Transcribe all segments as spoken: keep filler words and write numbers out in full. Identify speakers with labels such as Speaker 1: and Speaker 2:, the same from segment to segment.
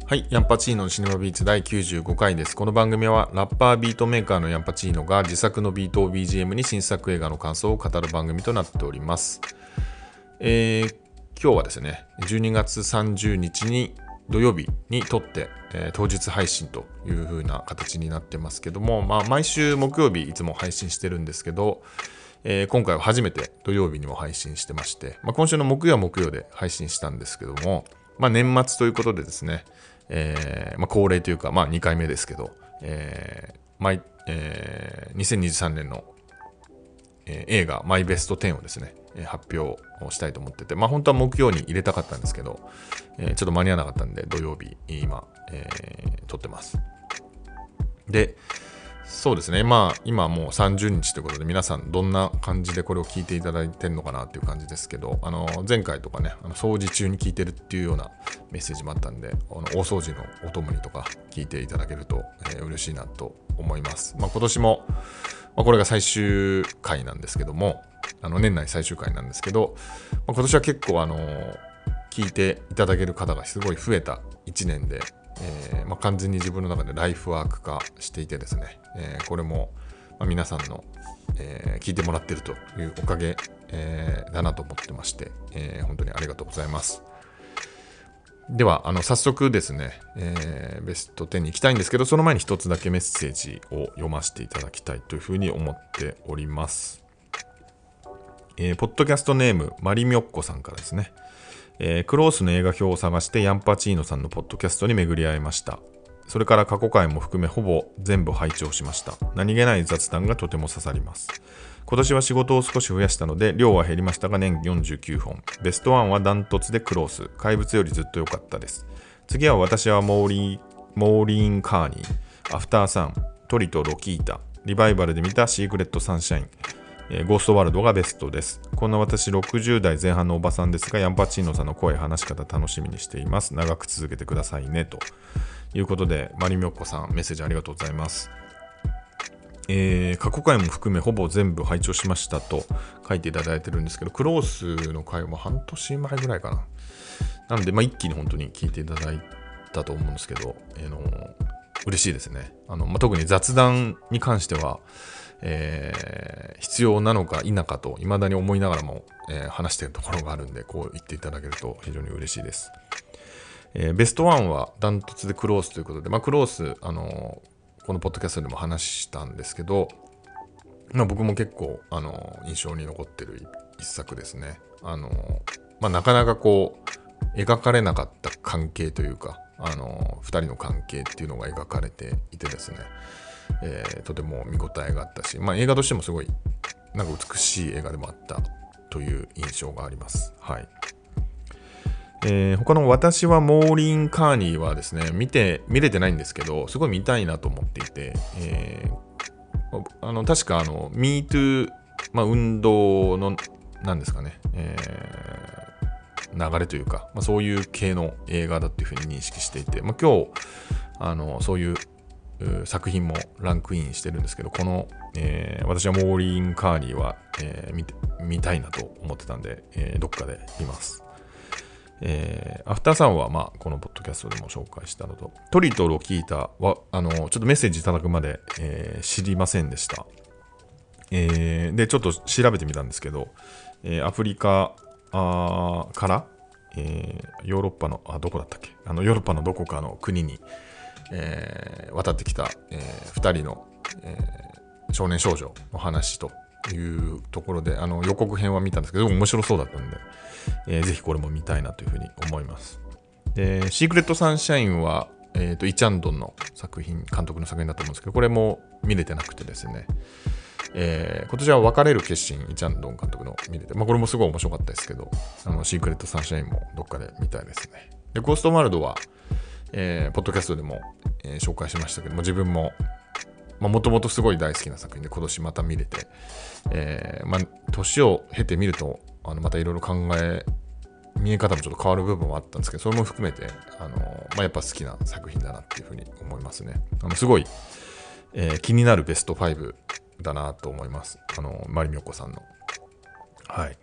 Speaker 1: はい、ヤンパチーノのシネマビーツだいきゅうじゅうごかいです。この番組はラッパービートメーカーのヤンパチーノが自作のビートを ビージーエム に新作映画の感想を語る番組となっております。えー、今日はですね、じゅうにがつさんじゅうにちに土曜日に撮って、えー、当日配信という風な形になってますけども、まあ、毎週木曜日いつも配信してるんですけど、えー、今回は初めて土曜日にも配信してまして、まあ、今週の木曜は木曜で配信したんですけども、まあ、年末ということでですね、えーまあ、恒例というか、まあ、にかいめですけど、えー毎えー、にせんにじゅうさんねんの、えー、映画マイベストじゅうをですね、えー、発表をしたいと思ってて、まあ、本当は木曜に入れたかったんですけど、えー、ちょっと間に合わなかったんで土曜日今、えー、撮ってます。で、そうですね、まあ今もうさんじゅうにちということで、皆さんどんな感じでこれを聞いていただいてるのかなっていう感じですけど、あの前回とかね、あの掃除中に聞いてるっていうようなメッセージもあったんで、あの大掃除のお供にとか聞いていただけると、えー、嬉しいなと思います。まあ、今年も、まあ、これが最終回なんですけども、あの年内最終回なんですけど、まあ、今年は結構あの聞いていただける方がすごい増えたいちねんで、えーまあ、完全に自分の中でライフワーク化していてですね、えー、これも、まあ、皆さんの、えー、聞いてもらっているというおかげ、えー、だなと思ってまして、えー、本当にありがとうございます。ではあの早速ですね、えー、ベストじゅうに行きたいんですけど、その前に一つだけメッセージを読ませていただきたいというふうに思っております。えー、ポッドキャストネームマリミョッコさんからですね、えー、クロースの映画表を探してヤンパチーノさんのポッドキャストに巡り合いました。それから過去回も含めほぼ全部拝聴しました。何気ない雑談がとても刺さります。今年は仕事を少し増やしたので量は減りましたが年よんじゅうきゅうほん。ベストワンはダントツでクロース。怪物よりずっと良かったです。次は私はモーリー、モーリーン・カーニー、アフターサン、トリとロキータ、リバイバルで見たシークレット・サンシャイン、えー、ゴーストワールドがベストです。こんな私ろくじゅうだいぜん半のおばさんですが、ヤンパチーノさんの声、話し方楽しみにしています。長く続けてくださいねということで、マリミョッコさんメッセージありがとうございます。えー、過去回も含めほぼ全部拝聴しましたと書いていただいてるんですけど、クロースの回も半年前ぐらいかな。なので、まあ、一気に本当に聞いていただいたと思うんですけど、えー、の嬉しいですね。あの、まあ、特に雑談に関しては、えー、必要なのか否かと未だに思いながらも、えー、話しているところがあるんで、こう言っていただけると非常に嬉しいです。えー、ベストワンはダントツでクロースということで、まあ、クロース、あのー、このポッドキャストでも話したんですけど、まあ、僕も結構、あのー、印象に残ってる一作ですね。あのーまあ、なかなかこう描かれなかった関係というか、あのー、ふたりの関係っていうのが描かれていてですね、えー、とても見応えがあったし、まあ、映画としてもすごいなんか美しい映画でもあったという印象があります。はい。えー、他の私はモーリーン・カーニーはですね、見て見れてないんですけど、すごい見たいなと思っていて、えー、あの確かあの MeToo、まあ、運動のなんですかね、えー、流れというか、まあ、そういう系の映画だっていうふうに認識していて、まあ、今日あのそういう作品もランクインしてるんですけど、この、えー、私はモーリーン・カーニーは、えー、見て見たいなと思ってたんで、えー、どっかで見ます。えー、アフターさんは、まあ、このポッドキャストでも紹介したのと、トリとロキータはあのちょっとメッセージいただくまで、えー、知りませんでした。えー、でちょっと調べてみたんですけど、えー、アフリカあから、えー、ヨーロッパのあどこだったっけあのヨーロッパのどこかの国に、えー、渡ってきた、えー、ふたりの、えー、少年少女の話というところで、あの予告編は見たんですけど面白そうだったんで、えー、ぜひこれも見たいなというふうに思います。でシークレットサンシャインは、えーと、イチャンドンの作品監督の作品だと思うんですけど、これも見れてなくてですね、えー、今年は別れる決心イチャンドン監督の見れて、まあ、これもすごい面白かったですけど、あのシークレットサンシャインもどっかで見たいですね。でゴーストワールドは、えー、ポッドキャストでも、えー、紹介しましたけども、自分ももともとすごい大好きな作品で今年また見れて、えーまあ、年を経て見るとあのまたいろいろ考え見え方もちょっと変わる部分もあったんですけど、それも含めてあの、まあ、やっぱ好きな作品だなっていうふうに思いますね。あのすごい、えー、気になるベストファイブだなと思います。あのマリミョコさんの、はい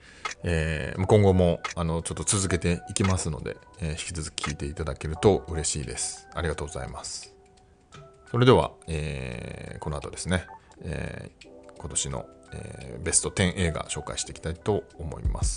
Speaker 1: えー、今後もあのちょっと続けていきますので、えー、引き続き聞いていただけると嬉しいです。ありがとうございます。それでは、えー、この後ですね、えー、今年の、えー、ベストじゅう映画紹介していきたいと思います。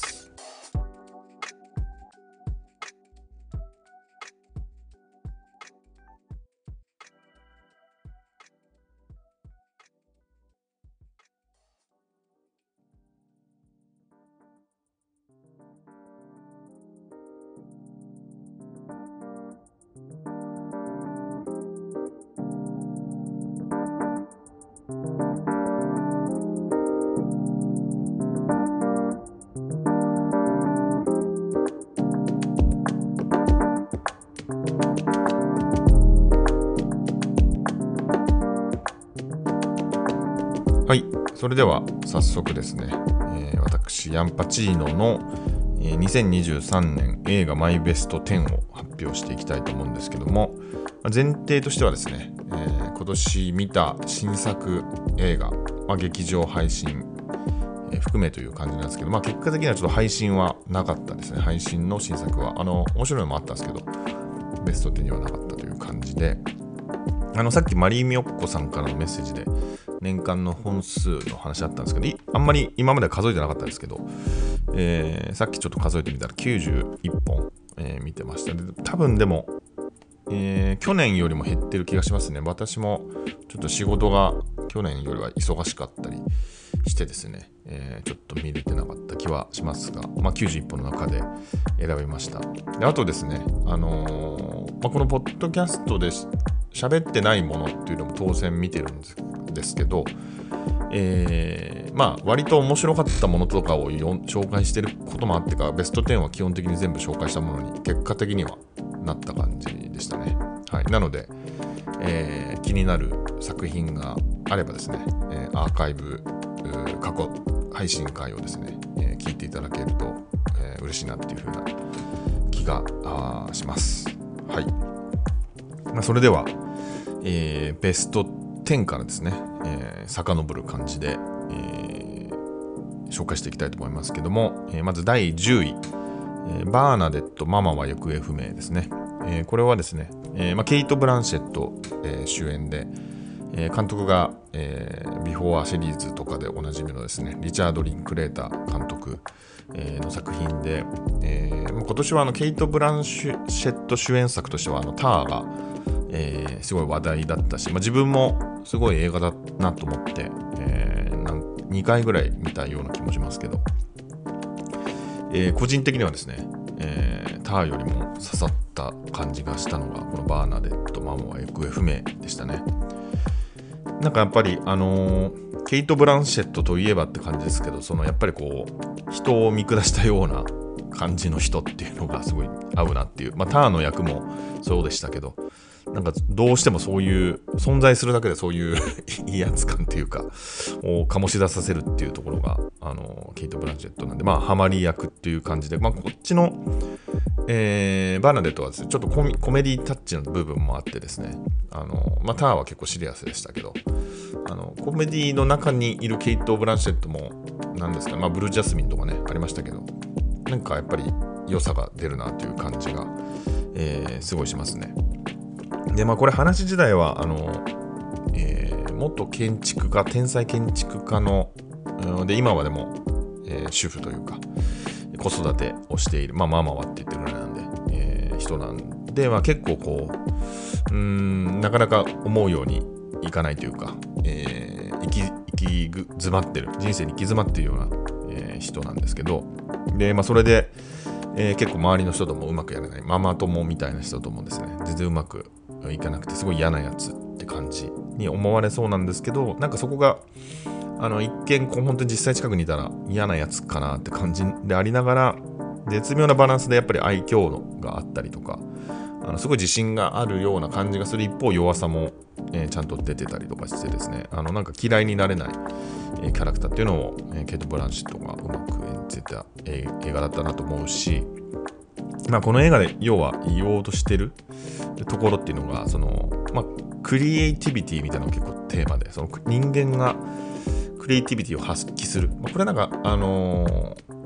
Speaker 1: はい、それでは早速ですね、えー、私ヤンパチーノの、えー、にせんにじゅうさんねん映画マイベストじゅうを発表していきたいと思うんですけども、前提としてはですね、えー、今年見た新作映画、まあ、劇場配信、えー、含めという感じなんですけど、まあ、結果的にはちょっと配信はなかったですね。配信の新作はあの面白いのもあったんですけど、ベストじゅうにはなかったという感じで、あのさっきマリーミョッコさんからのメッセージで年間の本数の話あったんですけど、あんまり今までは数えてなかったんですけど、えー、さっきちょっと数えてみたらきゅうじゅういっぽん、えー、見てました。で多分でも、えー、去年よりも減ってる気がしますね。私もちょっと仕事が去年よりは忙しかったりしてですね、えー、ちょっと見れてなかった気はしますが、まあ、きゅうじゅういっぽんの中で選びました。であとですね、あのーまあ、このポッドキャストで喋ってないものっていうのも当然見てるんですですけど、えー、まあ割と面白かったものとかを紹介してることもあってか、ベストじゅうは基本的に全部紹介したものに結果的にはなった感じでしたね。はい、なので、えー、気になる作品があればですね、えー、アーカイブ過去配信会をですね、えー、聞いていただけると、えー、嬉しいなっていう風な気がします。はい。まあ、それでは、えー、ベストじゅうからですね、えー、遡る感じで、えー、紹介していきたいと思いますけども、えー、まずだいじゅうい、えー、バーナデットママは行方不明ですね。えー、これはですね、えーまあ、ケイト・ブランシェット、えー、主演で、えー、監督が、えー、ビフォーアシリーズとかでおなじみのですね、リチャード・リンクレーター監督、えー、の作品で、えー、今年はあのケイト・ブランシェット主演作としてはあのターがえー、すごい話題だったし、まあ、自分もすごい映画だなと思って、えー、なんにかいぐらい見たような気もしますけど、えー、個人的にはですね、えー、ターよりも刺さった感じがしたのがこのバーナデットママは行方不明でしたね。なんかやっぱりあのー、ケイト・ブランシェットといえばって感じですけど、そのやっぱりこう人を見下したような感じの人っていうのがすごい合うなっていう、まあ、ターの役もそうでしたけど、なんかどうしてもそういう存在するだけでそういう威圧感っていうかを醸し出させるっていうところがあのケイト・ブランシェットなんで、まあハマり役っていう感じで、まあこっちの、えー、バーナデットはですねちょっとコミ、コメディタッチの部分もあってですね、あのまあターは結構シリアスでしたけど、あのコメディの中にいるケイト・ブランシェットもなんですか、まあブルージャスミンとかねありましたけど、なんかやっぱり良さが出るなという感じが、えー、すごいしますね。でまあこれ話自体はあの、えー、元建築家天才建築家ので今はでも、えー、主婦というか子育てをしている、まあママはって言ってるぐらいなんで、えー、人なんで、まあ、結構こううーんなかなか思うようにいかないというか、えー、行き行き詰まってる人生に行き詰まっているような、えー、人なんですけど、でまあそれで、えー、結構周りの人ともうまくやれないママ友みたいな人ともですね全然うまくいかなくてすごい嫌なやつって感じに思われそうなんですけど、なんかそこがあの一見こう本当に実際近くにいたら嫌なやつかなって感じでありながら、絶妙なバランスでやっぱり愛嬌のがあったりとか、あのすごい自信があるような感じがする一方弱さも、えー、ちゃんと出てたりとかしてですね、あのなんか嫌いになれない、えー、キャラクターっていうのを、えー、ケイト・ブランシェットがうまく演じた、えー、映画だったなと思うし、まあ、この映画で要は言おうとしてるところっていうのがその、まあ、クリエイティビティみたいなのが結構テーマで、その人間がクリエイティビティを発揮する、まあ、これなんかあのー、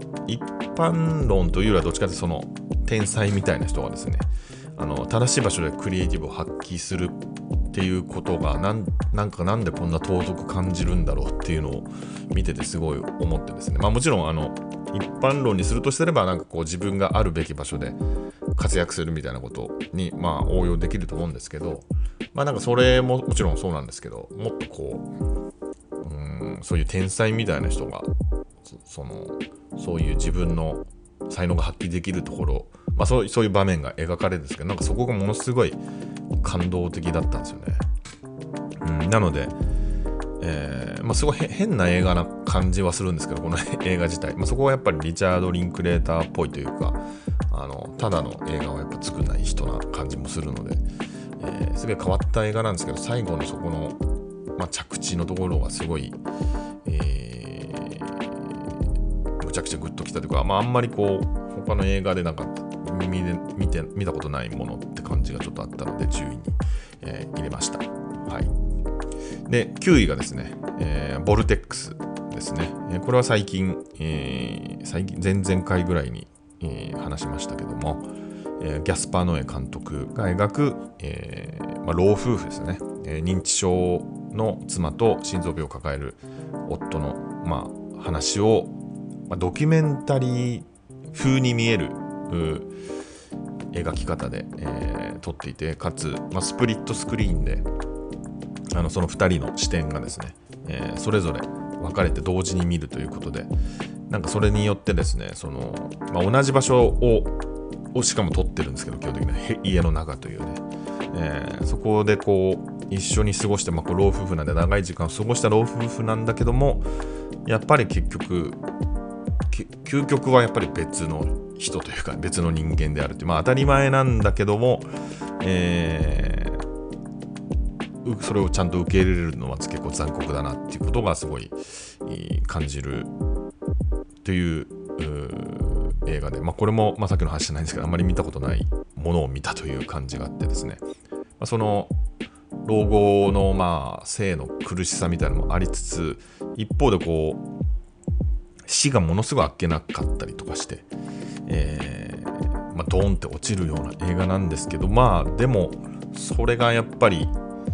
Speaker 1: 一般論というよりはどっちかというとその天才みたいな人がですね、あの正しい場所でクリエイティブを発揮するっていうことがなんなんかなんでこんな尊く感じるんだろうっていうのを見ててすごい思ってですね、まあもちろんあの一般論にするとすればなんかこう自分があるべき場所で活躍するみたいなことにまあ応用できると思うんですけど、まあなんかそれももちろんそうなんですけど、もっとこう、うーんそういう天才みたいな人がそのそういう自分の才能が発揮できるところ、まあそう、そういう場面が描かれるんですけど、なんかそこがものすごい感動的だったんですよね。うん、なので、えーまあ、すごい変な映画な感じはするんですけど、この映画自体、まあ、そこはやっぱりリチャード・リンクレーターっぽいというか、あのただの映画をやっぱ作んない人な感じもするので、えー、すごい変わった映画なんですけど、最後のそこの、まあ、着地のところがすごい、えー、むちゃくちゃグッときたというか、まあ、あんまりこう他の映画でなんか見で見て見たことないものって感じがちょっとあったのでじゅういに、えー、入れました。はい。できゅういがですね、えー、ボルテックスですね。えー、これは最近、えー、最近前々回ぐらいに、えー、話しましたけども、えー、ギャスパー・ノエ監督が描く、えーまあ、老夫婦ですね、えー、認知症の妻と心臓病を抱える夫の、まあ、話を、まあ、ドキュメンタリー風に見える描き方で、えー、撮っていて、かつ、まあ、スプリットスクリーンであのそのふたりの視点がですね、えー、それぞれ分かれて同時に見るということで、なんかそれによってですね、その、まあ、同じ場所ををしかも撮ってるんですけど、基本的には家の中というね、えー、そこでこう一緒に過ごして、まあ、こう老夫婦なんで長い時間を過ごした老夫婦なんだけども、やっぱり結局究極はやっぱり別の人というか別の人間であるっていう、まあ当たり前なんだけども、えー、それをちゃんと受け入れるのは結構残酷だなっていうことがすごい感じるという映画で、まあこれも、まあ、さっきの話じゃないんですけど、あんまり見たことないものを見たという感じがあってですね、まあ、その老後のまあ生の苦しさみたいなのもありつつ、一方でこう死がものすごいあっけなかったりとかして、えーまあ、ドーンって落ちるような映画なんですけど、まあでもそれがやっぱり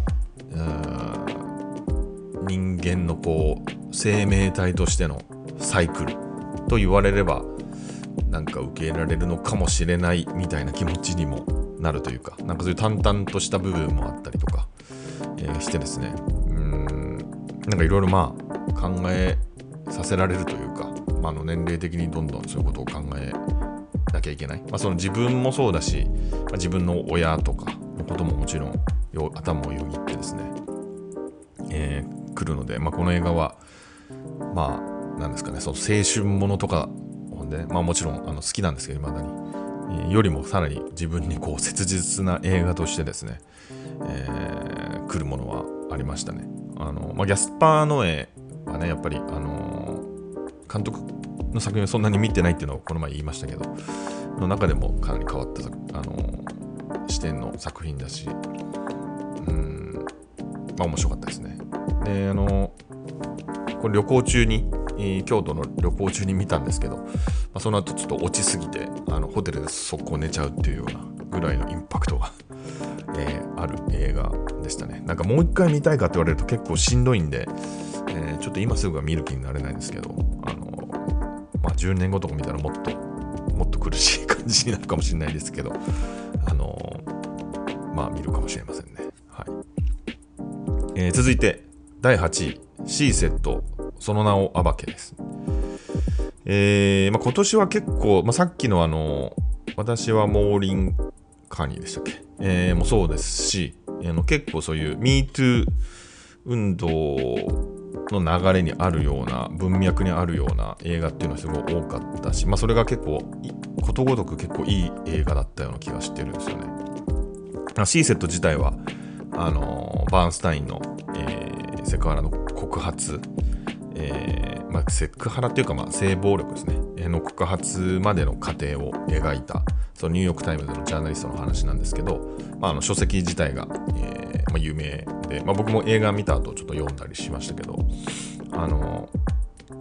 Speaker 1: 人間のこう生命体としてのサイクルと言われればなんか受け入れられるのかもしれないみたいな気持ちにもなるというか、なんかそういう淡々とした部分もあったりとか、えー、してですね、うーんなんかいろいろまあ考えさせられるというか、まあ、の年齢的にどんどんそういうことを考えなきゃいけない、まあ、その自分もそうだし、まあ、自分の親とかのことももちろんよ頭をよぎってですね、えー、来るので、まあ、この映画はまあなんですかね、その青春ものとかで、まあ、もちろんあの好きなんですけど未だに、えー、よりもさらに自分にこう切実な映画としてですね、えー、来るものはありましたね。あの、まあ、ギャスパー・ノエはね、やっぱり、あのー、監督の作品をそんなに見てないっていうのをこの前言いましたけど、の中でもかなり変わった、あのー、視点の作品だし、うーん、まあ面白かったですね。で、あのー、これ旅行中に、えー、京都の旅行中に見たんですけど、まあ、その後ちょっと落ちすぎて、あのホテルで速攻寝ちゃうっていうようなぐらいのインパクトが、えー、ある映画でしたね。なんかもう一回見たいかって言われると結構しんどいんで、えー、ちょっと今すぐは見る気になれないんですけど、あのまあ、じゅうねんごとか見たらもっともっと苦しい感じになるかもしれないですけど、あのまあ見るかもしれませんね。はい。えー、続いてだいはちい、シーセット、その名を暴けです。えーまあ、今年は結構、まあ、さっきのあの私はモーリンカニでしたっけ、えー、もそうですし、あの結構そういう ミートゥー 運動の流れにあるような文脈にあるような映画っていうのはすごい多かったし、まあ、それが結構ことごとく結構いい映画だったような気がしてるんですよね。シーセット自体はあのバーンスタインの、えー、セクハラの告発、えーまあ、セクハラっていうか、まあ、性暴力ですねの告発までの過程を描いたそのニューヨークタイムズのジャーナリストの話なんですけど、まあ、あの書籍自体が、えーまあ、有名で、まあ、僕も映画見た後ちょっと読んだりしましたけど、あの、ま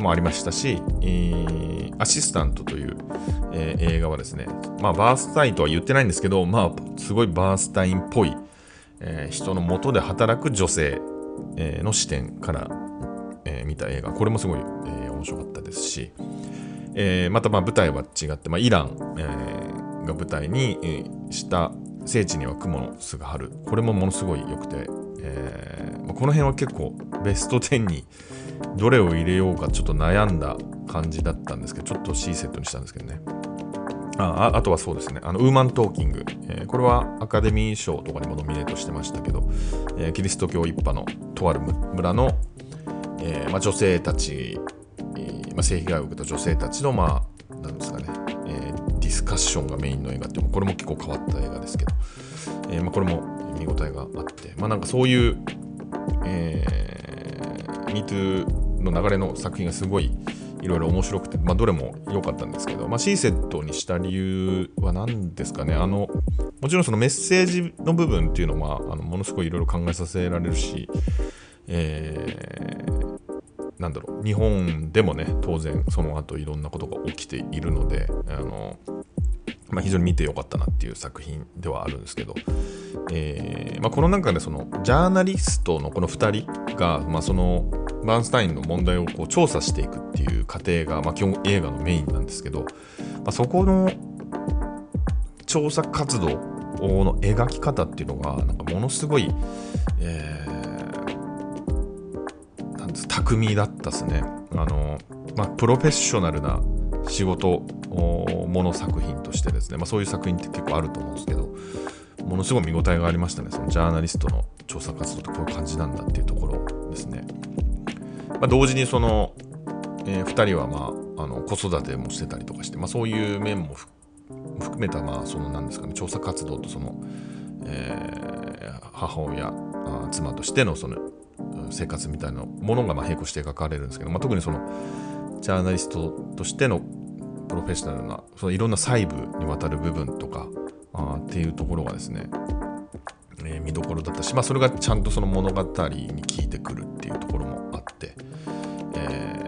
Speaker 1: もありましたし、えー、アシスタントという、えー、映画はですね、まあ、バースタインとは言ってないんですけど、まあ、すごいバースタインっぽい、えー、人の下で働く女性、えー、の視点から、えー、見た映画、これもすごい、えー、面白かったですし、えー、またまあ舞台は違って、まあ、イラン、えー、が舞台に、えー、した聖地には雲の巣が張る、これもものすごい良くて、えー、この辺は結構ベストじゅうにどれを入れようかちょっと悩んだ感じだったんですけど、ちょっと C セットにしたんですけどね。あ, あ, あとはそうですね、あのウーマントーキング、えー、これはアカデミー賞とかにもノミネートしてましたけど、えー、キリスト教一派のとある村の、えーまあ、女性たち、えーまあ、性被害を受けた女性たちの、まあ、なんですかね、えー、ディスカッションがメインの映画っていう、これも結構変わった映画ですけど、えーまあ、これも見応えがあって、まあ、なんかそういう、えー、ミートゥー の流れの作品がすごいいろいろ面白くて、まあ、どれも良かったんですけど、まあ、C セットにした理由は何ですかね。あのもちろんそのメッセージの部分っていうのはあのものすごいいろいろ考えさせられるし、えー、なんだろう、日本でもね当然その後いろんなことが起きているので、あの、まあ、非常に見てよかったなっていう作品ではあるんですけど、えーまあ、この中でそのジャーナリストのこのふたりが、まあ、そのバーンスタインの問題をこう調査していくっていう過程が、まあ、基本映画のメインなんですけど、まあ、そこの調査活動の描き方っていうのがなんかものすごい、えー、なんです巧みだったですね。あの、まあ、プロフェッショナルな仕事もの作品としてですね、まあ、そういう作品って結構あると思うんですけど、ものすごい見応えがありましたね。そのジャーナリストの調査活動ってこういう感じなんだっていうところですね。まあ、同時にその、えー、ふたりは、まあ、あの子育てもしてたりとかして、まあ、そういう面も含めた、まあ、そのなんですかね、調査活動とその、えー、母親あ妻としてのその生活みたいなものがまあ並行して描かれるんですけど、まあ、特にそのジャーナリストとしてのプロフェッショナルなそのいろんな細部にわたる部分とかあっていうところがですね、えー、見どころだったし、まあ、それがちゃんとその物語に効いてくるっていうところもあって、え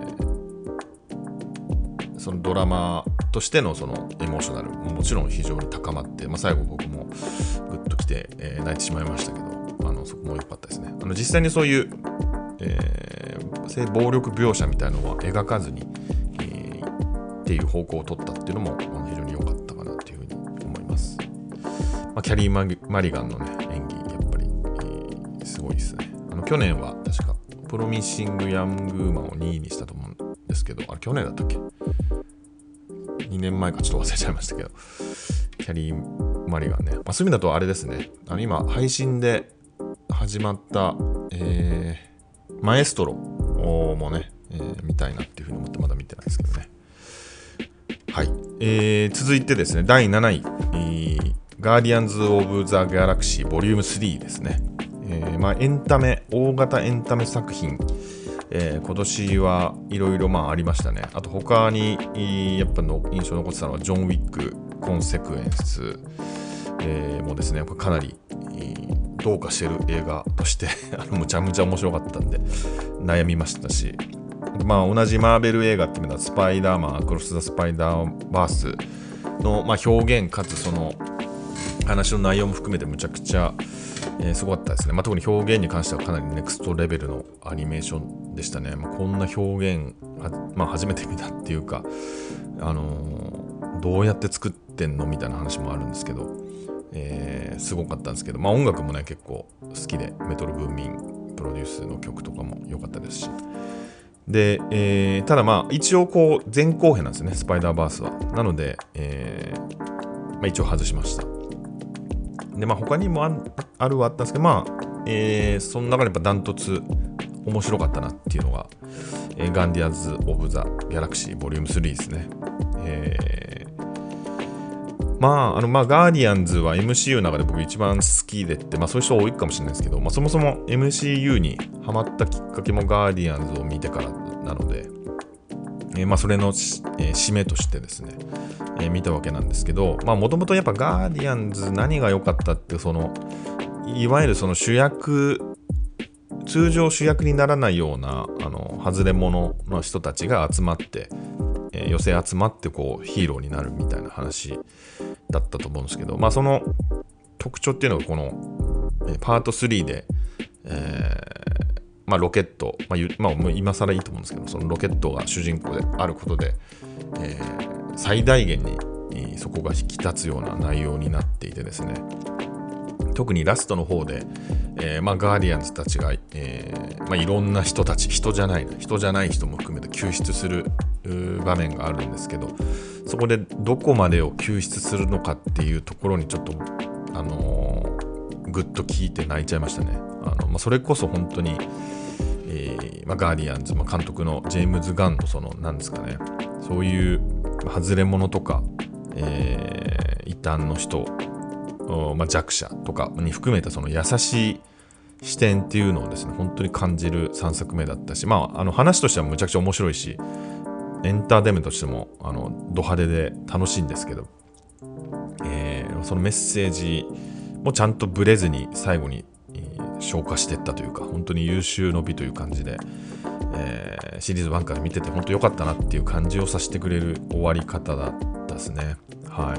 Speaker 1: ー、そのドラマとしてのそのエモーショナルももちろん非常に高まって、まあ、最後僕もグッときて、えー、泣いてしまいましたけど、あのそこも良かったですね。あの実際にそういう、えー、性暴力描写みたいなのは描かずに、えー、っていう方向を取ったっていうのも非常に良かったかなというふうに思います。まあ、キャリーマリ・マリガンのね演技やっぱり、えー、すごいですね。あの去年は確かプロミッシング・ヤング・ウーマンをにいにしたと思うんですけど、あれ去年だったっけにねんまえかちょっと忘れちゃいましたけど、キャリー・マリガンね、まあ、そういう意味だとあれですね、あの今配信で始まった、えー、マエストロもね、えー、見たいなっていうふうに思ってまだ見てないですけどね。はい、えー、続いてですねだいなない、えー、ガーディアンズ・オブ・ザ・ギャラクシーボリュームスリーですね。えーまあ、エンタメ大型エンタメ作品、えー、今年はいろいろまあありましたね。あと他にやっぱの印象に残ってたのはジョン・ウィックコンセクエンス、えー、もですねやっぱかなり、えー、どうかしてる映画としてあのむちゃむちゃ面白かったんで悩みましたし、まあ同じマーベル映画っていうのはスパイダーマンアクロス・ザ・スパイダーバースの、まあ、表現かつその話の内容も含めてむちゃくちゃえー、すごかったですね。まあ、特に表現に関してはかなりネクストレベルのアニメーションでしたね。まあ、こんな表現は、まあ、初めて見たっていうか、あのー、どうやって作ってんのみたいな話もあるんですけど、えー、すごかったんですけど、まあ、音楽もね結構好きでメトロブーミンプロデュースの曲とかも良かったですし、で、えー、ただまあ一応こう前後編なんですねスパイダーバースは。なので、えーまあ、一応外しました。でまあ、他にも あ, あるはあったんですけど、まあえー、その中でやっぱダントツ面白かったなっていうのが、えー、ガンディアンズ・オブ・ザ・ギャラクシーボリュームスリーですね。えー、まああのまあガーディアンズは エムシーユー の中で僕一番好きでって、まあ、そういう人多いかもしれないですけど、まあ、そもそも エムシーユー にハマったきっかけもガーディアンズを見てからなので、えーまあ、それの、えー、締めとしてですねえー、見たわけなんですけど、まあもともとやっぱガーディアンズ何が良かったって、そのいわゆるその主役通常主役にならないようなあの外れ者の人たちが集まって、えー、寄せ集まってこうヒーローになるみたいな話だったと思うんですけど、まあその特徴っていうのがこの、えー、パートスリーで、えーまあ、ロケット、まあまあ、もう今更いいと思うんですけど、そのロケットが主人公であることで、えー、最大限にそこが引き立つような内容になっていてですね、特にラストの方で、えーまあ、ガーディアンズたちが、えーまあ、いろんな人たち、人じゃないな、人じゃない人も含めて救出する場面があるんですけど、そこでどこまでを救出するのかっていうところにちょっと、あのー、ぐっと聞いて泣いちゃいましたね。あのまあ、それこそ本当に、えーまあ、ガーディアンズ、まあ、監督のジェームズ・ガンのその何ですかね、そういう外れ者とか、えー、異端の人、まあ、弱者とかに含めたその優しい視点っていうのをですね、本当に感じるさんさくめだったし、まあ、あの話としてはむちゃくちゃ面白いし、エンターテインメントとしてもあのド派手で楽しいんですけど、えー、そのメッセージもちゃんとブレずに最後に、えー、消化していったというか、本当に優秀の美という感じで、えー、シリーズワンから見てて本当良かったなっていう感じをさせてくれる終わり方だったですね。はい。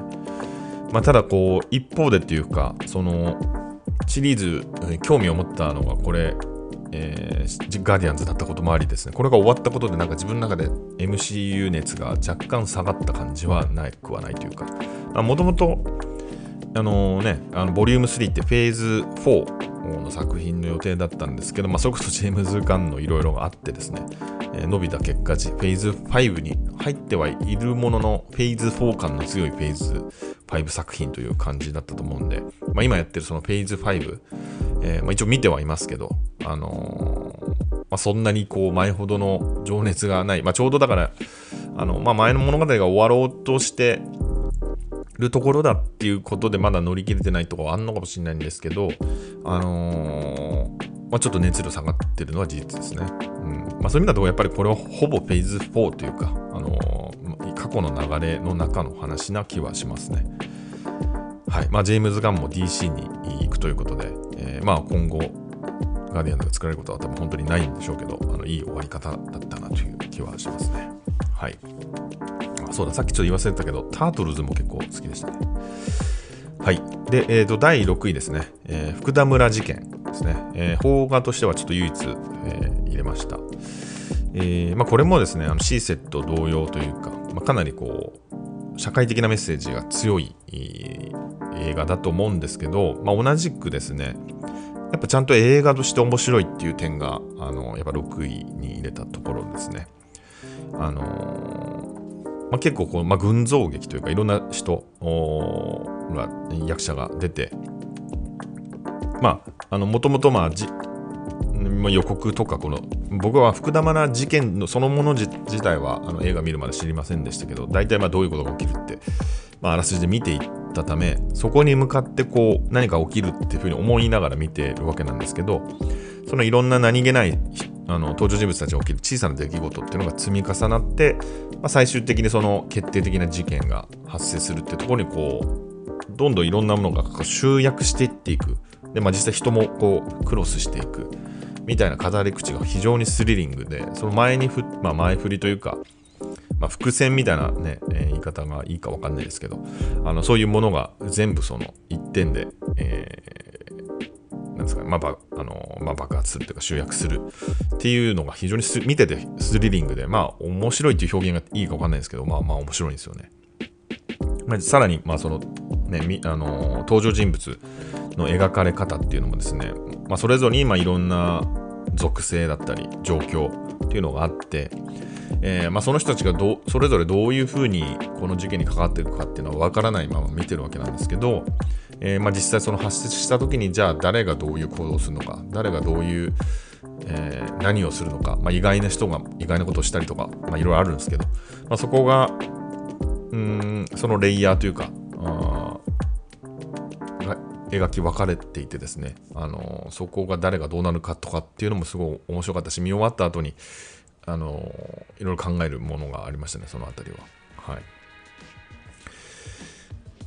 Speaker 1: まあ、ただこう一方でっていうか、そのシリーズ、えー、興味を持ったのがこれ、えー、ガーディアンズだったこともありですね、これが終わったことでなんか自分の中で エムシーユー 熱が若干下がった感じはなくはないというか、もともとあのね、あのボリュームスリーってフェーズフォーの作品の予定だったんですけど、まあ、それこそジェームズ・ガンのいろいろがあってですね、えー、伸びた結果、フェーズファイブに入ってはいるものの、フェーズフォー感の強いフェーズファイブ作品という感じだったと思うんで、まあ、今やってるそのフェーズファイブ、えーまあ、一応見てはいますけど、あのーまあ、そんなにこう前ほどの情熱がない、まあ、ちょうどだからあの、まあ、前の物語が終わろうとしてるところだっていうことでまだ乗り切れてないところはあんのかもしれないんですけど、あのーまあ、ちょっと熱量下がってるのは事実ですね。うんまあ、そういう意味だとやっぱりこれはほぼフェーズフォーというか、あのー、過去の流れの中の話な気はしますね。はい。まあ、ジェームズ・ガンも ディーシー に行くということで、えー、まあ今後ガーディアンズが作られることは多分本当にないんでしょうけど、あのいい終わり方だったなという気はしますね。はい。そうだ、さっきちょっと言い忘れてたけど、タートルズも結構好きでしたね。はい。で、えーと、だいろくいですね。えー、福田村事件ですね。えー、邦画としてはちょっと唯一、えー、入れました。えーまあ、これもですね、あの シーセット同様というか、まあ、かなりこう、社会的なメッセージが強い映画だと思うんですけど、まあ、同じくですね、やっぱちゃんと映画として面白いっていう点が、あのやっぱろくいに入れたところですね。あのーまあ、結構こう、まあ、群像劇というかいろんな人が役者が出て、まあ、あのもともとまあじ予告とかこの僕は福田村事件のそのもの自体はあの映画見るまで知りませんでしたけど、大体まあどういうことが起きるって、まあ、あらすじで見ていったため、そこに向かってこう何か起きるっていうふうに思いながら見てるわけなんですけど、そのいろんな何気ないあの登場人物たちが起きる小さな出来事っていうのが積み重なって、まあ、最終的にその決定的な事件が発生するっていうところにこうどんどんいろんなものが集約していっていく。で、まあ、実際人もこうクロスしていくみたいな語り口が非常にスリリングで、その前にふ、まあ、前振りというか、まあ、伏線みたいなね、えー、言い方がいいか分かんないですけど、あのそういうものが全部その一点で、えー、なんですかね、まあばあのまあ、爆発するというか集約するっていうのが非常に見ててスリリングで、まあ面白いっていう表現がいいか分かんないですけど、まあまあ面白いんですよね。まあ、さらに、まあそのね、あの登場人物の描かれ方っていうのもですね、まあ、それぞれにまあいろんな属性だったり状況っていうのがあって、えーまあ、その人たちがどそれぞれどういうふうにこの事件に関わっているかっていうのは分からないまま見てるわけなんですけど、えーまあ、実際その発生した時にじゃあ誰がどういう行動をするのか、誰がどういう、えー、何をするのか、まあ、意外な人が意外なことをしたりとか、まあ、いろいろあるんですけど、まあ、そこがうーんそのレイヤーというかあが描き分かれていてですね、あのー、そこが誰がどうなるかとかっていうのもすごい面白かったし、見終わった後にあのいろいろ考えるものがありましたね、そのあたりは。はい。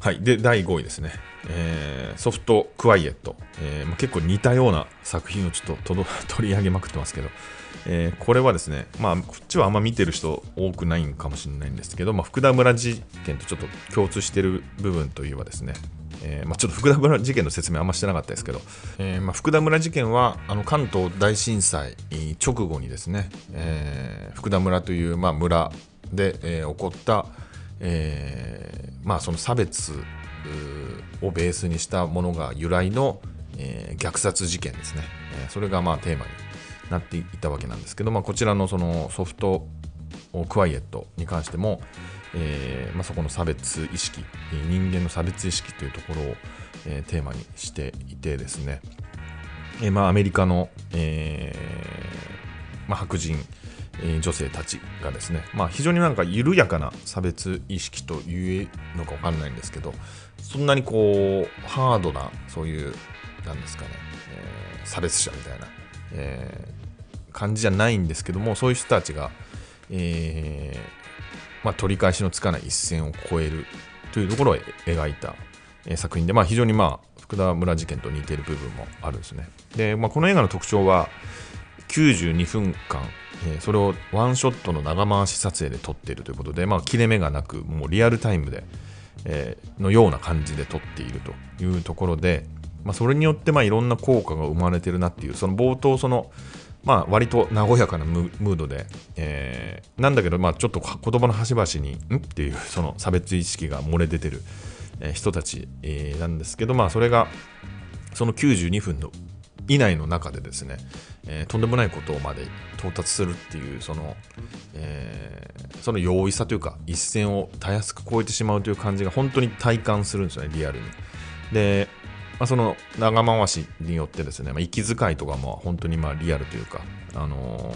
Speaker 1: はい、でだいごいですね、えー、ソフトクワイエット、えーまあ、結構似たような作品をちょっととど取り上げまくってますけど、えー、これはですね、まあ、こっちはあんま見てる人多くないんかもしれないんですけど、まあ、福田村事件とちょっと共通している部分といえばですね、えーまあ、ちょっと福田村事件の説明あんましてなかったですけど、えーまあ、福田村事件はあの関東大震災直後にですね、えー、福田村という、まあ、村で、えー、起こった、えーまあ、その差別をベースにしたものが由来の、えー、虐殺事件ですね、えー、それがまあテーマになっていたわけなんですけど、まあ、こちらのそのソフトクワイエットに関しても、えーまあ、そこの差別意識、人間の差別意識というところを、えー、テーマにしていてですね、えーまあ、アメリカの、えーまあ、白人女性たちがですね、まあ、非常になんか緩やかな差別意識というのか分かんないんですけど、そんなにこうハードなそういうなんですかね、えー、差別者みたいな、えー、感じじゃないんですけども、そういう人たちが、えーまあ、取り返しのつかない一線を越えるというところを描いた、えー、作品で、まあ、非常にまあ福田村事件と似ている部分もあるんですね。で、まあ、この映画の特徴はきゅうじゅうにふんかん、えー、それをワンショットの長回し撮影で撮っているということで、まあ、切れ目がなくもうリアルタイムで、えー、のような感じで撮っているというところで、まあ、それによってまあいろんな効果が生まれているなっていう、その冒頭その、まあ、割と和やかなムードで、えー、なんだけど、まあ、ちょっと言葉の端々にんっていうその差別意識が漏れ出てる人たちなんですけど、まあ、それがそのきゅうじゅうにふんの以内の中でですね、えー、とんでもないことまで到達するっていうその、えー、その容易さというか一線をたやすく越えてしまうという感じが本当に体感するんですよね、リアルに。で、まあ、その長回しによってですね、まあ、息遣いとかも本当にまあリアルというか、あの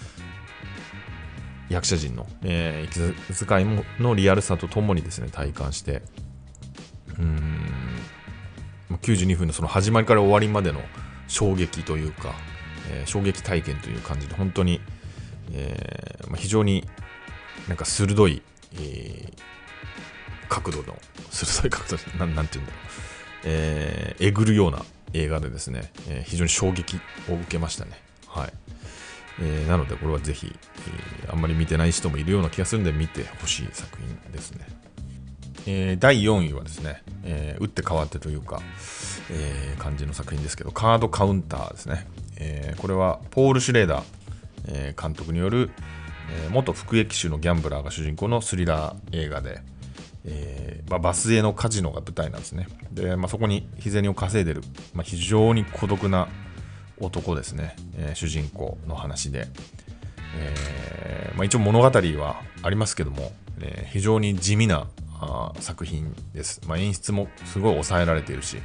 Speaker 1: ー、役者陣の、えー、息遣いものリアルさとともにですね体感して、うーんきゅうじゅうにふんのその始まりから終わりまでの衝撃というか、えー、衝撃体験という感じで本当に、えーまあ、非常になんか鋭い、えー、角度の鋭い角度で な, なんていうんだろう、えー、えぐるような映画でですね、えー、非常に衝撃を受けましたね。はい、えー、なのでこれはぜひ、えー、あんまり見てない人もいるような気がするので見てほしい作品ですね。えー、だいよんいはですね、えー、打って変わってというか、えー、感じの作品ですけど、カードカウンターですね。えー、これはポール・シュレーダー、えー、監督による、えー、元服役囚のギャンブラーが主人公のスリラー映画で、えーまあ、バスへのカジノが舞台なんですね。で、まあ、そこに日銭を稼いでる、まあ、非常に孤独な男ですね、えー、主人公の話で、えーまあ、一応物語はありますけども、えー、非常に地味なあ作品です。まあ、演出もすごい抑えられているし、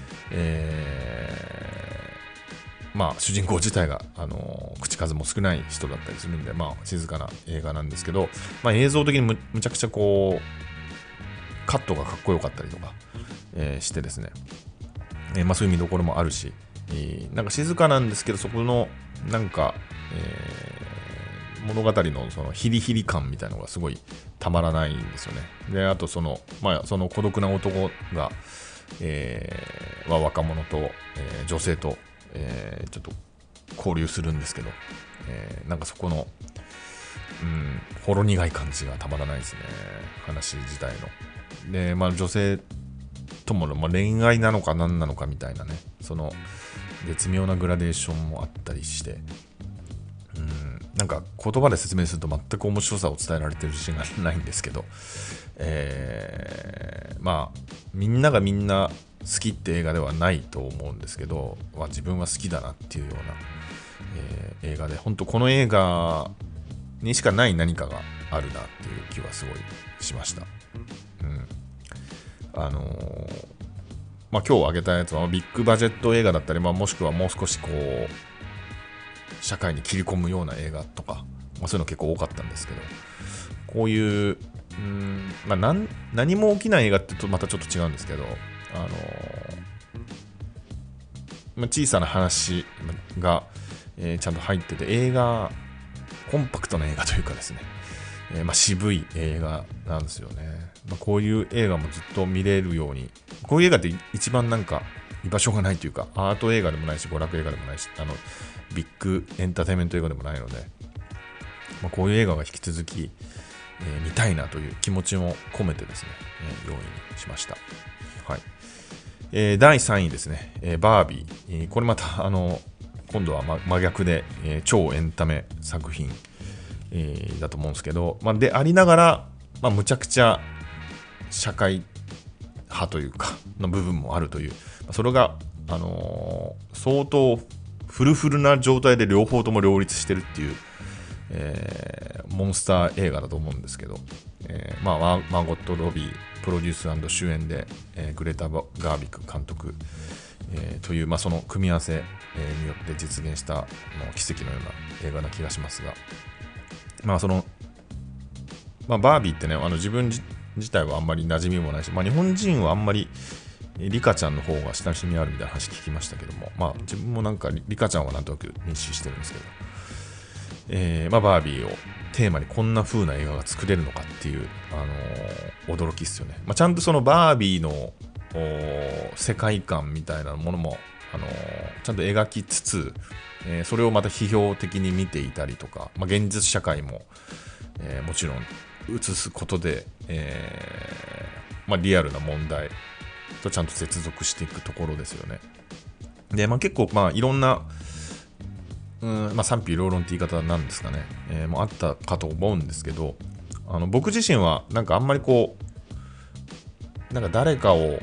Speaker 1: えーまあ、主人公自体が、あのー、口数も少ない人だったりするんで、まあ、静かな映画なんですけど、まあ、映像的に む, むちゃくちゃこうカットがかっこよかったりとか、えー、してですね、えーまあ、そういう見どころもあるし、えー、なんか静かなんですけど、そこのなんか、えー物語のそのヒリヒリ感みたいなのがすごいたまらないんですよね。で、あとその、まあ、その孤独な男が、えー、は若者と、えー、女性と、えー、ちょっと交流するんですけど、えー、なんかそこの、うん、ほろ苦い感じがたまらないですね、話自体の。で、まあ、女性とも、まあ、恋愛なのか何なのかみたいなね、その絶妙なグラデーションもあったりして、うん、なんか言葉で説明すると全く面白さを伝えられてる自信がないんですけど、えー、まあみんながみんな好きって映画ではないと思うんですけど、まあ、自分は好きだなっていうような、えー、映画で、本当この映画にしかない何かがあるなっていう気はすごいしました。うん、あのー、まあ今日挙げたやつはビッグバジェット映画だったり、まあ、もしくはもう少しこう社会に切り込むような映画とか、まあ、そういうの結構多かったんですけど、こういう、うーん、まあ、何, 何も起きない映画ってとまたちょっと違うんですけど、あのーまあ、小さな話が、えー、ちゃんと入ってて、映画コンパクトな映画というかですね、 えーまあ、渋い映画なんですよね。まあ、こういう映画もずっと見れるように、こういう映画って一番なんか居場所がないというか、アート映画でもないし、娯楽映画でもないし、あのビッグエンターテインメント映画でもないので、まあ、こういう映画が引き続き、えー、見たいなという気持ちも込めてですね、えー、用意しました。はい。えー、だいさんいですね、えー、バービー、えー。これまたあの今度は真逆で、えー、超エンタメ作品、えー、だと思うんですけど、まあ、でありながら、まあ、むちゃくちゃ社会派というかの部分もあるという、それが、あのー、相当フルフルな状態で両方とも両立してるっていう、えー、モンスター映画だと思うんですけど、えーまあ、マーゴット・ロビープロデュース&主演で、えー、グレタ・ガービック監督、えー、という、まあ、その組み合わせ、えー、によって実現した奇跡のような映画な気がしますが、まあそのまあ、バービーってね、あの自分自体はあんまり馴染みもないし、まあ、日本人はあんまりリカちゃんの方が親しみあるみたいな話聞きましたけども、まあ、自分もなんかリカちゃんはなんとなく認識してるんですけど、えーまあ、バービーをテーマにこんな風な映画が作れるのかっていう、あのー、驚きっすよね。まあ、ちゃんとそのバービーの世界観みたいなものも、あのー、ちゃんと描きつつ、えー、それをまた批評的に見ていたりとか、まあ、現実社会も、えー、もちろん映すことで、えーまあ、リアルな問題とちゃんと接続していくところですよね。で、まあ、結構、まあ、いろんな、うんまあ、賛否両論って言い方なんですかね、えー、もあったかと思うんですけど、あの僕自身はなんかあんまりこうなんか誰かを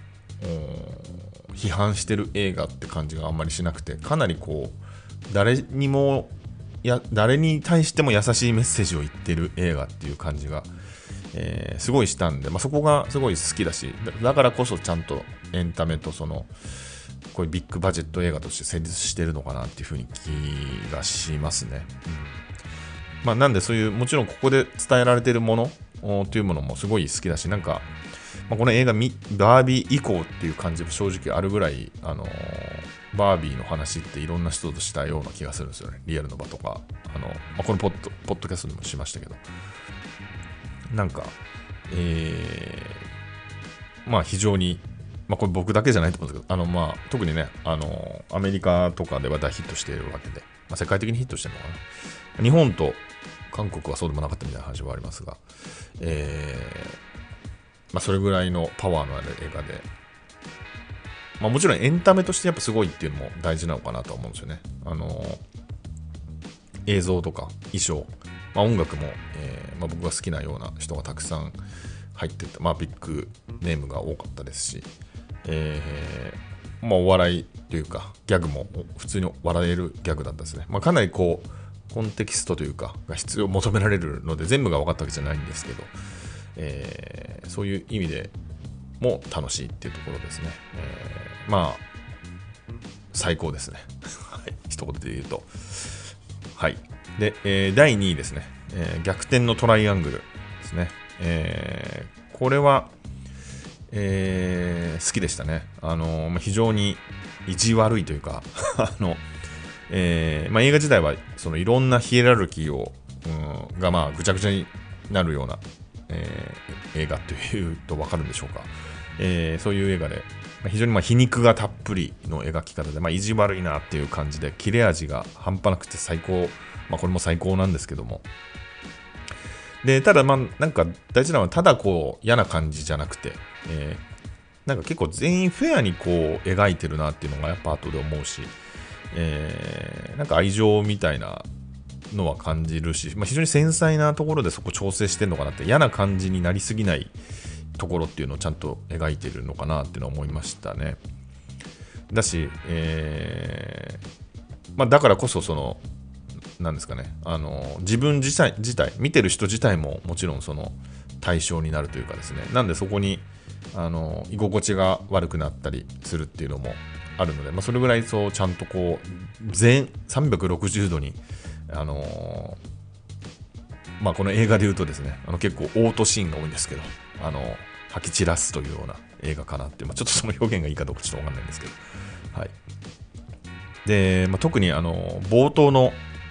Speaker 1: 批判してる映画って感じがあんまりしなくて、かなりこう誰にもや誰に対しても優しいメッセージを言ってる映画っていう感じが、えー、すごいしたんで、まあ、そこがすごい好きだし、だ, だからこそちゃんとエンタメとそのこういうビッグバジェット映画として成立してるのかなっていうふうに気がしますね。うんまあ、なんでそういうもちろんここで伝えられているものというものもすごい好きだし、なんか、まあ、この映画バービー以降っていう感じも正直あるぐらい、あのー、バービーの話っていろんな人としたような気がするんですよね。リアルの場とか、あの、まあ、このポッド、ポッドキャストでもしましたけど、なんか、えー、まあ非常に、まあこれ僕だけじゃないと思うんですけど、あのまあ特にね、あのアメリカとかでは大ヒットしているわけで、まあ、世界的にヒットしてるのかな。日本と韓国はそうでもなかったみたいな話はありますが、えーまあ、それぐらいのパワーのある映画で、まあ、もちろんエンタメとしてやっぱすごいっていうのも大事なのかなと思うんですよね。あの映像とか衣装、まあ、音楽も、えーまあ、僕が好きなような人がたくさん入ってて、まあ、ビッグネームが多かったですし、えーまあ、お笑いというかギャグも普通に笑えるギャグだったですね。まあ、かなりこうコンテキストというかが必要求められるので全部が分かったわけじゃないんですけど、えー、そういう意味でも楽しいっていうところですね。えー、まあ最高ですね。はい、一言で言うと、はい。で、えー、だいにいですね、えー、逆転のトライアングルですね。えー、これは、えー、好きでしたね。あのー、非常に意地悪いというかあのえーまあ、映画自体はそのいろんなヒエラルキーを、うん、がまあぐちゃぐちゃになるような、えー、映画というと分かるんでしょうか、えー、そういう映画で、まあ、非常にまあ皮肉がたっぷりの描き方で、まあ、意地悪いなっていう感じで切れ味が半端なくて最高、まあ、これも最高なんですけども、でただまあなんか大事なのはただこう嫌な感じじゃなくて、えー、なんか結構全員フェアにこう描いてるなっていうのがやっぱ後で思うし、えー、なんか愛情みたいなのは感じるし、まあ、非常に繊細なところでそこ調整してるのかなって、嫌な感じになりすぎないところっていうのをちゃんと描いてるのかなっていうのは思いましたね。だし、えーまあ、だからこそそのなんですかね、あの自分自体自体見てる人自体ももちろんその対象になるというかですね、なんでそこにあの居心地が悪くなったりするっていうのもあるので、まあ、それぐらいそうちゃんとこう全さんびゃくろくじゅうどに、あのーまあ、この映画でいうとですね、あの結構オートシーンが多いんですけど、あの吐き散らすというような映画かなって、まあ、ちょっとその表現がいいかどうかちょっと分かんないんですけど、はい。で、まあ、特にあの冒頭の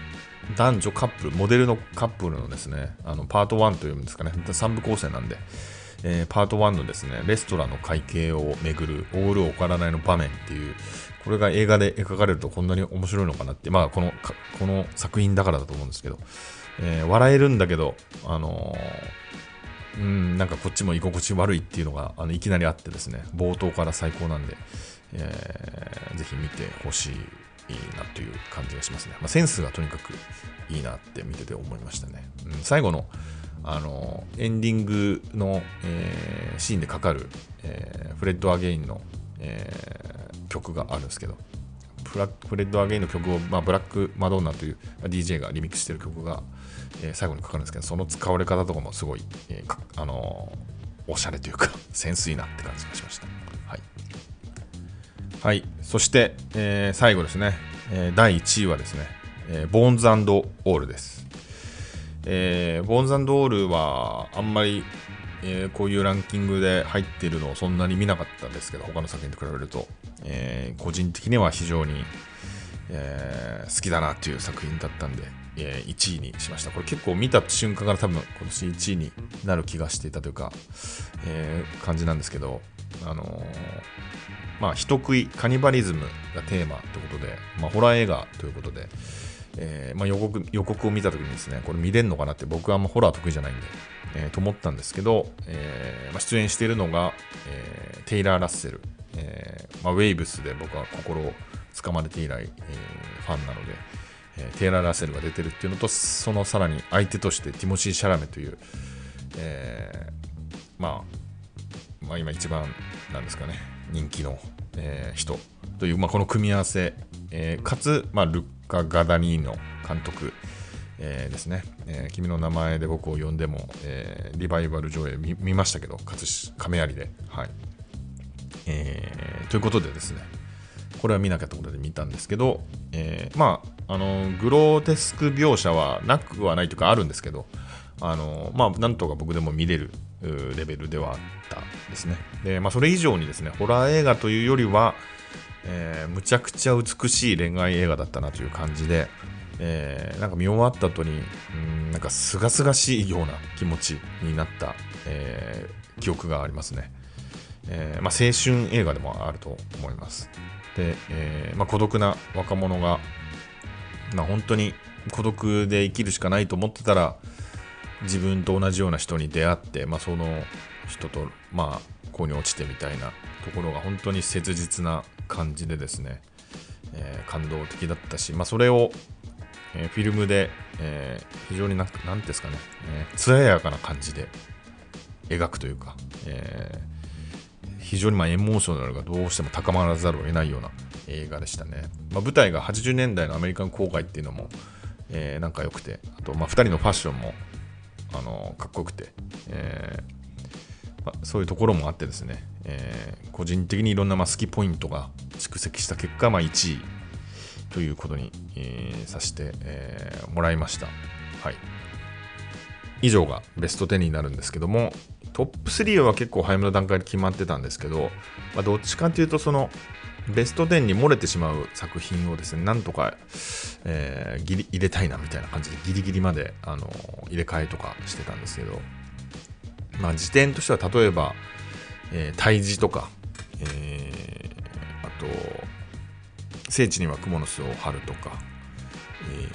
Speaker 1: 男女カップル、モデルのカップルのですね、あのパートワンというんですかね、さん部構成なんで、えー、パートワンのですね、レストランの会計をめぐるオールをからないの場面っていう、これが映画で描かれるとこんなに面白いのかなって、まあこのこの作品だからだと思うんですけど、えー、笑えるんだけど、あのー、うんなんかこっちも居心地悪いっていうのがあのいきなりあってですね、冒頭から最高なんで、えー、ぜひ見てほしいなという感じがしますね。まあ、センスがとにかくいいなって見てて思いましたね。うん、最後のあのエンディングの、えー、シーンでかかる、えー、フレッド・アゲインの、えー、曲があるんですけど、フラフレッド・アゲインの曲を、まあ、ブラック・マドンナという ディージェー がリミックスしてる曲が、えー、最後にかかるんですけど、その使われ方とかもすごい、えーあのー、おしゃれというかセンスいいなって感じがしました。はい、はい、そして、えー、最後ですね、えー、だいいちいはですね、えー、ボーンズ&オールです。えー、ボーンズ&オールはあんまり、えー、こういうランキングで入っているのをそんなに見なかったんですけど、他の作品と比べると、えー、個人的には非常に、えー、好きだなという作品だったんで、えー、いちいにしました。これ結構見た瞬間から多分今年いちいになる気がしていたというか、えー、感じなんですけど、あのー、まあ人食いカニバリズムがテーマということで、まあ、ホラー映画ということで、えーまあ、予告予告を見たときにですね、これ見れるのかなって、僕はあんまホラー得意じゃないんで、えー、と思ったんですけど、えーまあ、出演しているのが、えー、テイラー・ラッセル、えーまあ、ウェイブスで僕は心をつかまれて以来、えー、ファンなので、えー、テイラー・ラッセルが出てるっていうのと、そのさらに相手としてティモシー・シャラメという、えーまあ、まあ今一番なんですかね、人気の、えー、人という、まあ、この組み合わせ、えー、かつ、まあ、ルッカ・ガダニーノ監督、えー、ですね、えー、君の名前で僕を呼んでも、えー、リバイバル上映 見, 見ましたけど、かつ亀有で、はい、えー、ということでですね、これは見なかったことで見たんですけど、えー、まああのグローテスク描写はなくはないというかあるんですけど、あのまあなんとか僕でも見れるレベルではあったですね。で、まあ、それ以上にですね、ホラー映画というよりは、えー、むちゃくちゃ美しい恋愛映画だったなという感じで、えー、なんか見終わった後にうんなんか清々しいような気持ちになった、えー、記憶がありますね。えーまあ、青春映画でもあると思います。で、えーまあ、孤独な若者が、まあ、本当に孤独で生きるしかないと思ってたら、自分と同じような人に出会って、まあ、その人と、まあ、恋に落ちてみたいなところが本当に切実な感じでですね、えー、感動的だったし、まあ、それを、えー、フィルムで、えー、非常になんていうんですかね、えー、艶やかな感じで描くというか、えー、非常にまあエモーショナルがどうしても高まらざるを得ないような映画でしたね。まあ、舞台がはちじゅうねんだいのアメリカン郊外っていうのも、えー、なんか良くて、あとまあふたりのファッションもあのかっこよくて、えーまあ、そういうところもあってですね、えー、個人的にいろんなまあ好きポイントが蓄積した結果、まあ、いちいということに、えー、させて、えー、もらいました。はい。以上がベストじゅうになるんですけども、トップスリーは結構早めの段階で決まってたんですけど、まあ、どっちかというとそのベストじゅうに漏れてしまう作品をですね、なんとか、えー、ギリ入れたいなみたいな感じでギリギリまで、あのー、入れ替えとかしてたんですけど、まあ時点としては例えば、えー、胎児とか、えー、あと聖地には蜘蛛の巣を張るとか、えーえ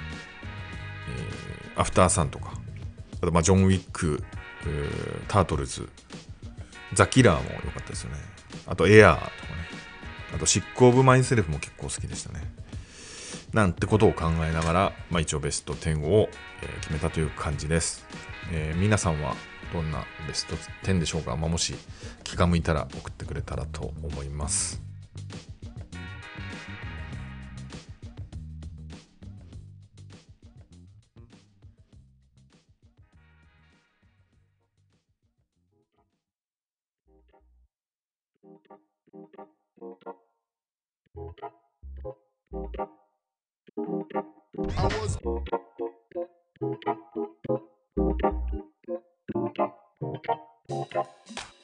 Speaker 1: ー、アフターサンとか、あとまあジョン・ウィック、タートルズ、ザ・キラーも良かったですよね。あとエアーとかね、あとシック・オブ・マインセルフも結構好きでしたね。なんてことを考えながら、まあ、一応ベストじゅうを、えー、決めたという感じです。えー、皆さんはどんなベストじゅうでしょうか。まあ、もし気が向いたら送ってくれたらと思います。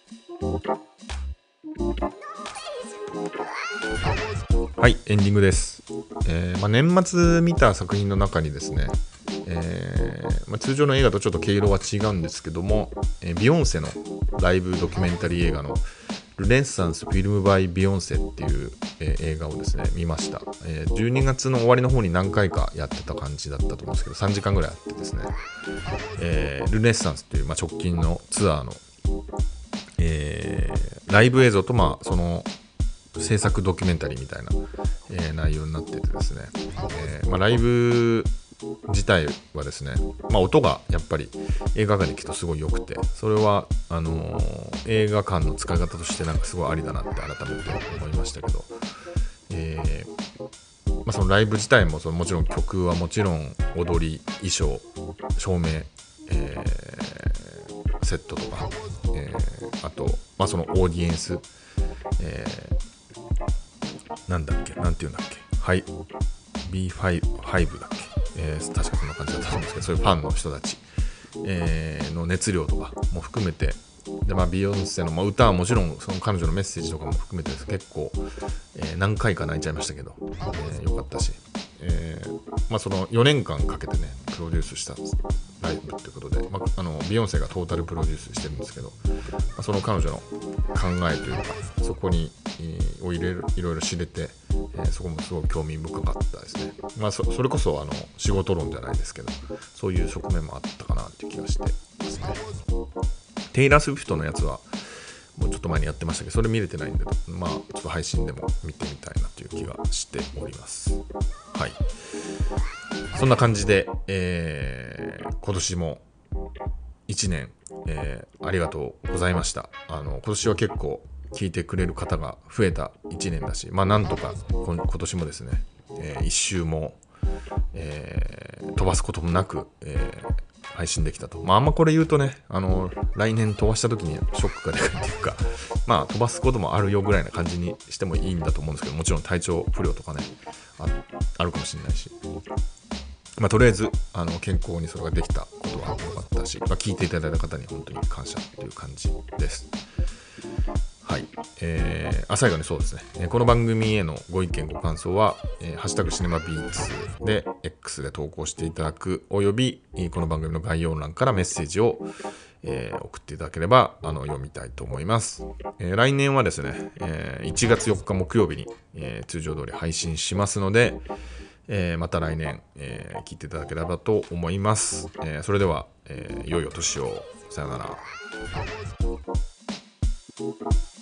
Speaker 1: はい、エンディングです。 えーまあ、年末見た作品の中にですね、えーまあ、通常の映画とちょっと毛色は違うんですけども、えー、ビヨンセのライブドキュメンタリー映画のルネッサンスフィルムバイビヨンセっていう、えー、映画をですね見ました、えー、じゅうにがつの終わりの方に何回かやってた感じだったと思うんですけど、さんじかんぐらいあってですね、えー、ルネッサンスっていう、まあ、直近のツアーの、えー、ライブ映像と、まあ、その制作ドキュメンタリーみたいな、えー、内容になっててですね、えーまあ、ライブ自体はですね、まあ、音がやっぱり映画館で聞くとすごい良くて、それはあのー、映画館の使い方としてなんかすごいありだなって改めて思いましたけど、えーまあ、そのライブ自体もそのもちろん曲はもちろん踊り、衣装、照明、えー、セットとか、えー、あと、まあ、そのオーディエンス、えー、なんだっけなんていうんだっけはい ビーファイブ だっけ、えー、確かそんな感じだったと思うんですけど、そういうファンの人たち、えー、の熱量とかも含めて、で、まあ、ビヨンセの、まあ、歌はもちろんその彼女のメッセージとかも含めて結構、えー、何回か泣いちゃいましたけど、えー、よかったし、えーまあ、そのよねんかんかけてねプロデュースしたライブということで、まあ、あのビヨンセがトータルプロデュースしてるんですけど、まあ、その彼女の考えというかそこに、えー、を入れるいろいろ知れて、えー、そこもすごく興味深かったですね。まあ、そ, それこそあの仕事論じゃないですけど、そういう側面もあったかなっていう気がしてますね。テイラー・スウィフトのやつはもうちょっと前にやってましたけど、それ見れてないんで、まあちょっと配信でも見てみたいなという気がしております。はい。そんな感じで、えー、今年もいちねん、えー、ありがとうございました。あの今年は結構聞いてくれる方が増えたいちねんだし、まあなんとか今年もですね、えー、一周も、えー、飛ばすこともなく、えー配信できたと。まああんまこれ言うとね、あの来年飛ばした時にショックがでかいっていうか、まあ飛ばすこともあるよぐらいな感じにしてもいいんだと思うんですけど、もちろん体調不良とかね あ, あるかもしれないし、まあとりあえずあの健康にそれができたことは良かったし、まあ、聞いていただいた方に本当に感謝という感じです。はい、えー、あ最後にそうですね、えー、この番組へのご意見ご感想は、えー、ハッシュタグシネマビーツで X で投稿していただくおよびこの番組の概要欄からメッセージを、えー、送っていただければあの読みたいと思います。えー、来年はですね、えー、いちがつよっか木曜日に、えー、通常通り配信しますので、えー、また来年、えー、聞いていただければと思います。えー、それでは、えー、良いお年を。さよなら。